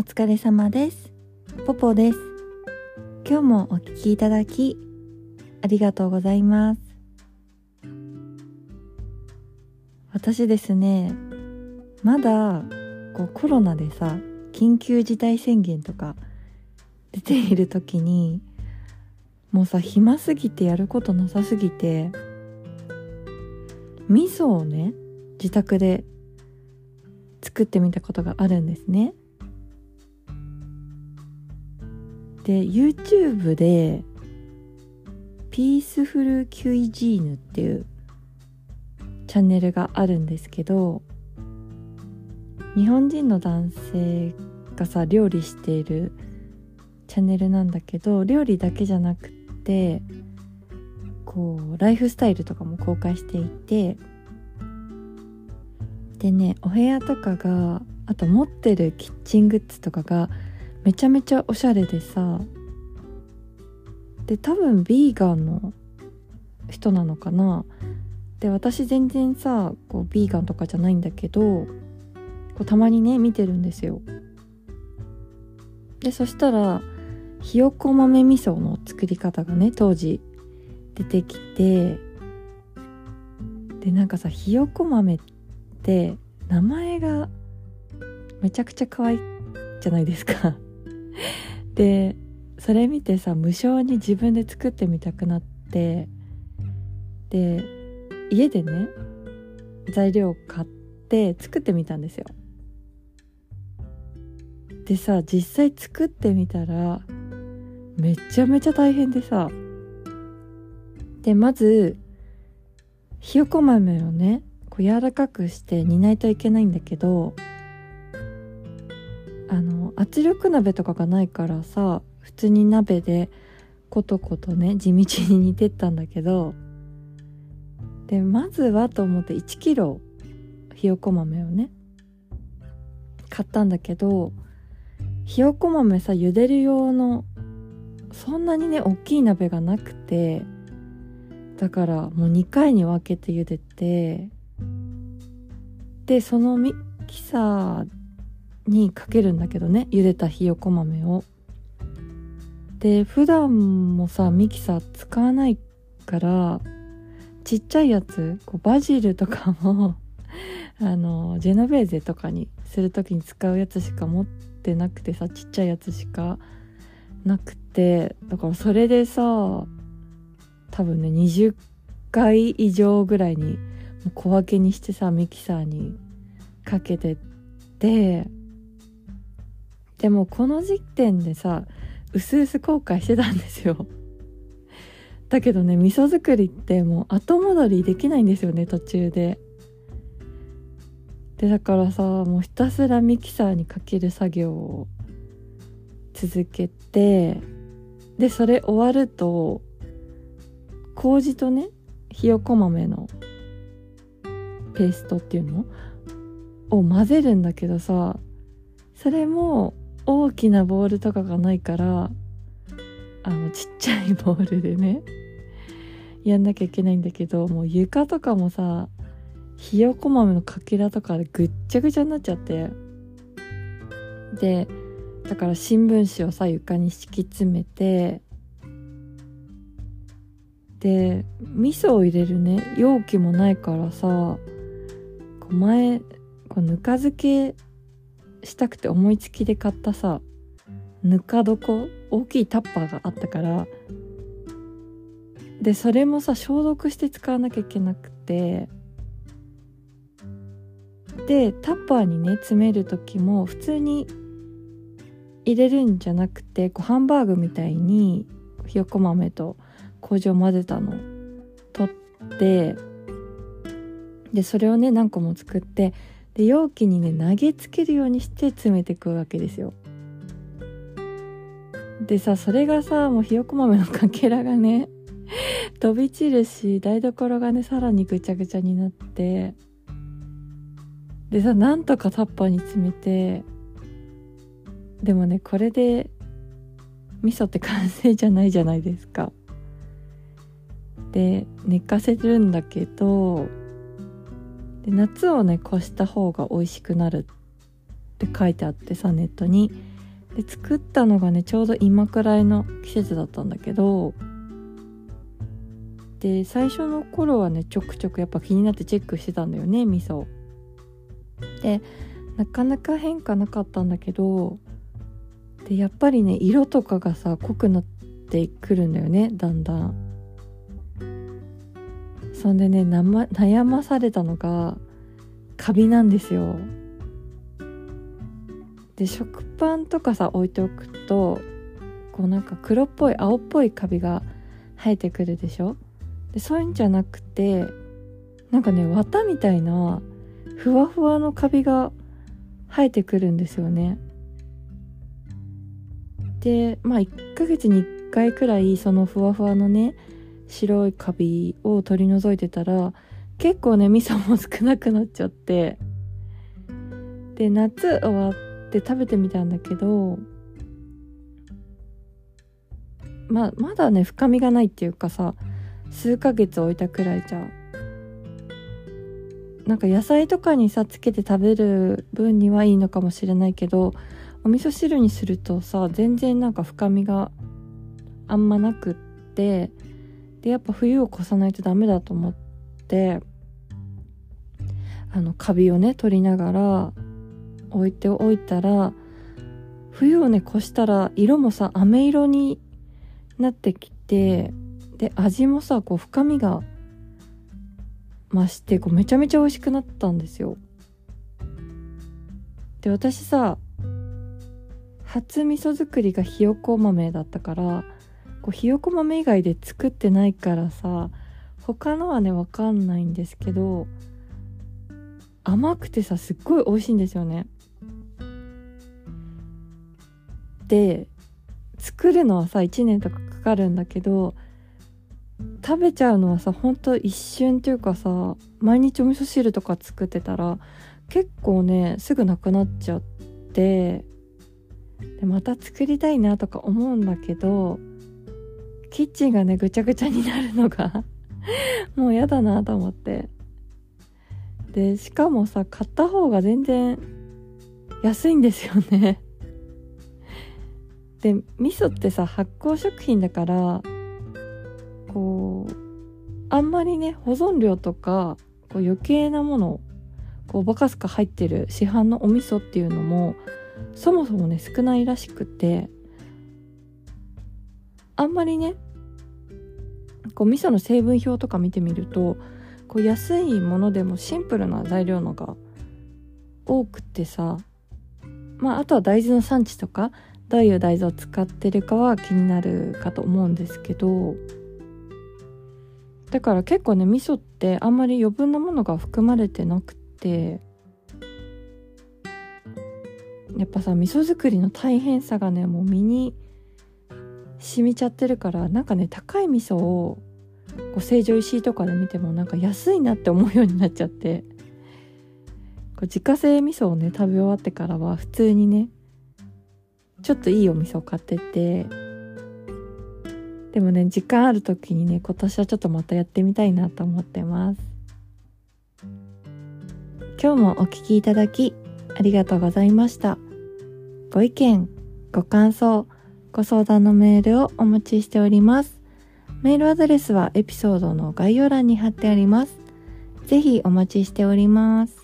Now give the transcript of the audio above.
疲れ様です。ポポです。今日もお聞きいただきありがとうございます。私ですね、まだコロナでさ、緊急事態宣言とか出ている時に、もうさ、暇すぎてやることなさすぎて、味噌をね、自宅で作ってみたことがあるんですね。で YouTube でピースフルキュイジーヌっていうチャンネルがあるんですけど、日本人の男性がさ料理しているチャンネルなんだけど、料理だけじゃなくってライフスタイルとかも公開していて、でね、お部屋とかが、あと持ってるキッチングッズとかがめちゃめちゃおしゃれでさ、で多分ビーガンの人なのかな。で私全然さビーガンとかじゃないんだけど、たまにね見てるんですよ。でそしたらひよこ豆味噌の作り方がね当時出てきて、でなんかさ、ひよこ豆って名前がめちゃくちゃ可愛いじゃないですかでそれ見てさ、無性に自分で作ってみたくなって、で家でね材料を買って作ってみたんですよ。でさ、実際作ってみたらめちゃめちゃ大変でさ、でまずひよこ豆をね柔らかくして煮ないといけないんだけど、圧力鍋とかがないからさ、普通に鍋でコトコトね地道に煮てったんだけど、でまずはと思って1キロひよこ豆をね買ったんだけど、ひよこ豆さ茹でる用のそんなにね大きい鍋がなくて、だからもう2回に分けて茹でて、でそのミキサーにかけるんだけどね、茹でたひよこ豆を。で普段もさミキサー使わないから、ちっちゃいやつバジルとかもジェノベーゼとかにするときに使うやつしか持ってなくてさ、ちっちゃいやつしかなくて、だからそれでさ多分ね20回以上ぐらいに小分けにしてさミキサーにかけてって、でもこの時点でさうすうす後悔してたんですよ。だけどね、味噌作りってもう後戻りできないんですよね、途中で。でだからさ、もうひたすらミキサーにかける作業を続けて、でそれ終わると麹とねひよこ豆のペーストっていうのを混ぜるんだけどさ、それも大きなボウルとかがないから、ちっちゃいボウルでねやんなきゃいけないんだけど、もう床とかもさひよこ豆のかけらとかでぐっちゃぐちゃになっちゃって、でだから新聞紙をさ床に敷き詰めて、で味噌を入れるね容器もないからさ、前ぬか漬けしたくて思いつきで買ったさぬか床大きいタッパーがあったから、でそれもさ消毒して使わなきゃいけなくて、でタッパーにね詰める時も普通に入れるんじゃなくて、ハンバーグみたいにひよこ豆と麹を混ぜたの取って、でそれをね何個も作って、で容器にね投げつけるようにして詰めていくわけですよ。でさ、それがさもうひよこ豆のかけらがね飛び散るし、台所がねさらにぐちゃぐちゃになって、でさなんとかタッパーに詰めて、でもねこれで味噌って完成じゃないじゃないですか。で寝かせるんだけど、で夏をね越した方が美味しくなるって書いてあってさ、ネットにで作ったのがねちょうど今くらいの季節だったんだけど、で最初の頃はねちょくちょくやっぱ気になってチェックしてたんだよね、味噌で。なかなか変化なかったんだけど、でやっぱりね色とかがさ濃くなってくるんだよね、だんだん。そんでね悩まされたのがカビなんですよ。で食パンとかさ置いておくとこうなんか黒っぽい青っぽいカビが生えてくるでしょ。でそういうんじゃなくて、なんかね綿みたいなふわふわのカビが生えてくるんですよね。で1ヶ月に1回くらいそのふわふわのね白いカビを取り除いてたら結構ね味噌も少なくなっちゃって、で夏終わって食べてみたんだけど、まだね深みがないっていうかさ、数ヶ月置いたくらいじゃなんか野菜とかにさつけて食べる分にはいいのかもしれないけど、お味噌汁にするとさ全然なんか深みがあんまなくって、でやっぱ冬を越さないとダメだと思って、カビをね取りながら置いておいたら、冬をね越したら色もさ飴色になってきて、で味もさこう深みが増してこうめちゃめちゃ美味しくなったんですよ。で私さ初味噌作りがひよこ豆だったから、こうひよこ豆以外で作ってないからさ他のはね分かんないんですけど、甘くてさすっごい美味しいんですよね。で作るのはさ1年とかかかるんだけど、食べちゃうのはさほんと一瞬っていうかさ、毎日お味噌汁とか作ってたら結構ねすぐなくなっちゃって、でまた作りたいなとか思うんだけど、キッチンがねぐちゃぐちゃになるのがもうやだなと思って、でしかもさ買った方が全然安いんですよねで味噌ってさ発酵食品だからこうあんまりね保存料とかこう余計なものこうバカスカ入ってる市販のお味噌っていうのもそもそもね少ないらしくて、あんまりねこう味噌の成分表とか見てみるとこう安いものでもシンプルな材料のが多くてさ、あとは大豆の産地とかどういう大豆を使ってるかは気になるかと思うんですけど、だから結構ね味噌ってあんまり余分なものが含まれてなくて、やっぱさ味噌作りの大変さがねもう身に染みちゃってるから、なんかね高い味噌をこう成城石井とかで見てもなんか安いなって思うようになっちゃって、こう自家製味噌をね食べ終わってからは普通にねちょっといいお味噌を買ってて、でもね時間ある時にね今年はちょっとまたやってみたいなと思ってます。今日もお聞きいただきありがとうございました。ご意見、ご感想、ご相談のメールをお待ちしております。メールアドレスはエピソードの概要欄に貼ってあります。ぜひお待ちしております。